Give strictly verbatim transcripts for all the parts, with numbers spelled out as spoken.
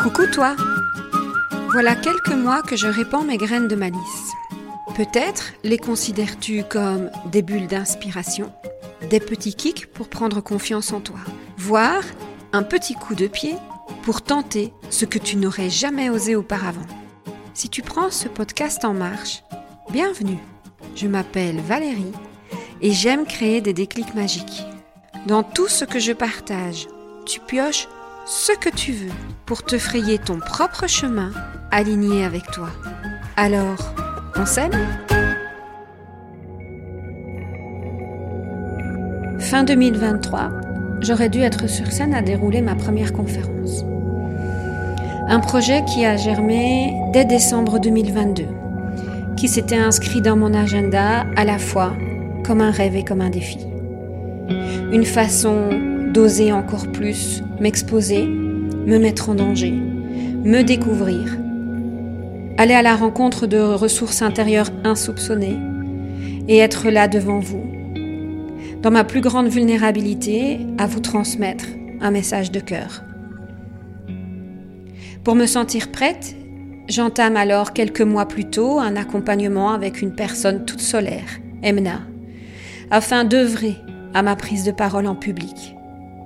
Coucou toi! Voilà quelques mois que je répands mes graines de malice. Peut-être les considères-tu comme des bulles d'inspiration, des petits kicks pour prendre confiance en toi, voire un petit coup de pied pour tenter ce que tu n'aurais jamais osé auparavant. Si tu prends ce podcast en marche, bienvenue! Je m'appelle Valérie et j'aime créer des déclics magiques. Dans tout ce que je partage, tu pioches ce que tu veux pour te frayer ton propre chemin aligné avec toi. Alors, on s'aime ? Fin deux mille vingt-trois, j'aurais dû être sur scène à dérouler ma première conférence. Un projet qui a germé dès décembre deux mille vingt-deux, qui s'était inscrit dans mon agenda à la fois comme un rêve et comme un défi. Une façon d'oser encore plus m'exposer, me mettre en danger, me découvrir, aller à la rencontre de ressources intérieures insoupçonnées et être là devant vous, dans ma plus grande vulnérabilité, à vous transmettre un message de cœur. Pour me sentir prête, j'entame alors quelques mois plus tôt un accompagnement avec une personne toute solaire, Emna, afin d'œuvrer à ma prise de parole en public. Pourquoi ?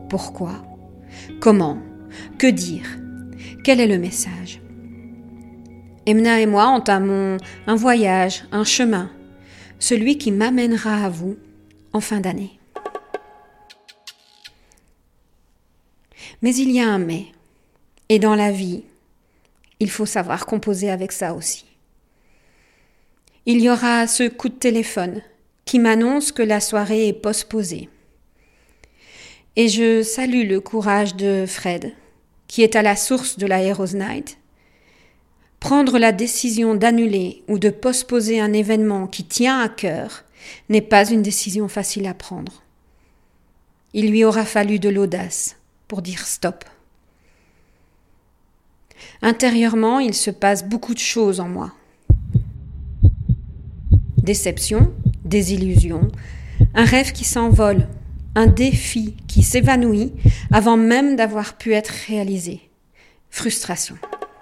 Comment ? Que dire ? Quel est le message ? Emna et moi entamons un voyage, un chemin, celui qui m'amènera à vous en fin d'année. Mais il y a un mais, et dans la vie, il faut savoir composer avec ça aussi. Il y aura ce coup de téléphone qui m'annonce que la soirée est postposée. Et je salue le courage de Fred, qui est à la source de la Heroes Night. Prendre la décision d'annuler ou de postposer un événement qui tient à cœur n'est pas une décision facile à prendre. Il lui aura fallu de l'audace pour dire stop. Intérieurement, il se passe beaucoup de choses en moi. Déception, désillusion, un rêve qui s'envole, un défi qui s'évanouit avant même d'avoir pu être réalisé. Frustration.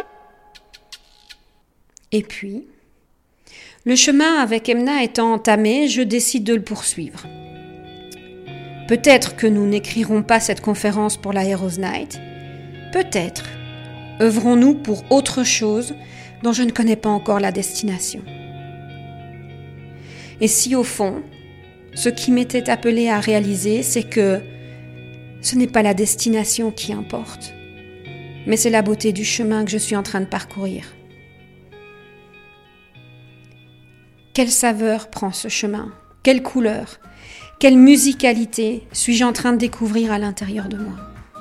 Et puis, le chemin avec Emna étant entamé, je décide de le poursuivre. Peut-être que nous n'écrirons pas cette conférence pour la Heroes Night. Peut-être œuvrons-nous pour autre chose dont je ne connais pas encore la destination. Et si au fond, ce qui m'était appelé à réaliser, c'est que ce n'est pas la destination qui importe, mais c'est la beauté du chemin que je suis en train de parcourir. Quelle saveur prend ce chemin ? Quelle couleur ? Quelle musicalité suis-je en train de découvrir à l'intérieur de moi ?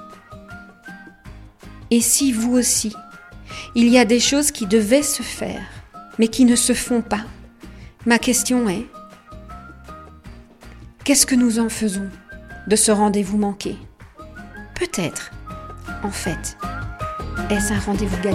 Et si vous aussi, il y a des choses qui devaient se faire, mais qui ne se font pas, ma question est, qu'est-ce que nous en faisons de ce rendez-vous manqué ? Peut-être, en fait, est-ce un rendez-vous gagné ?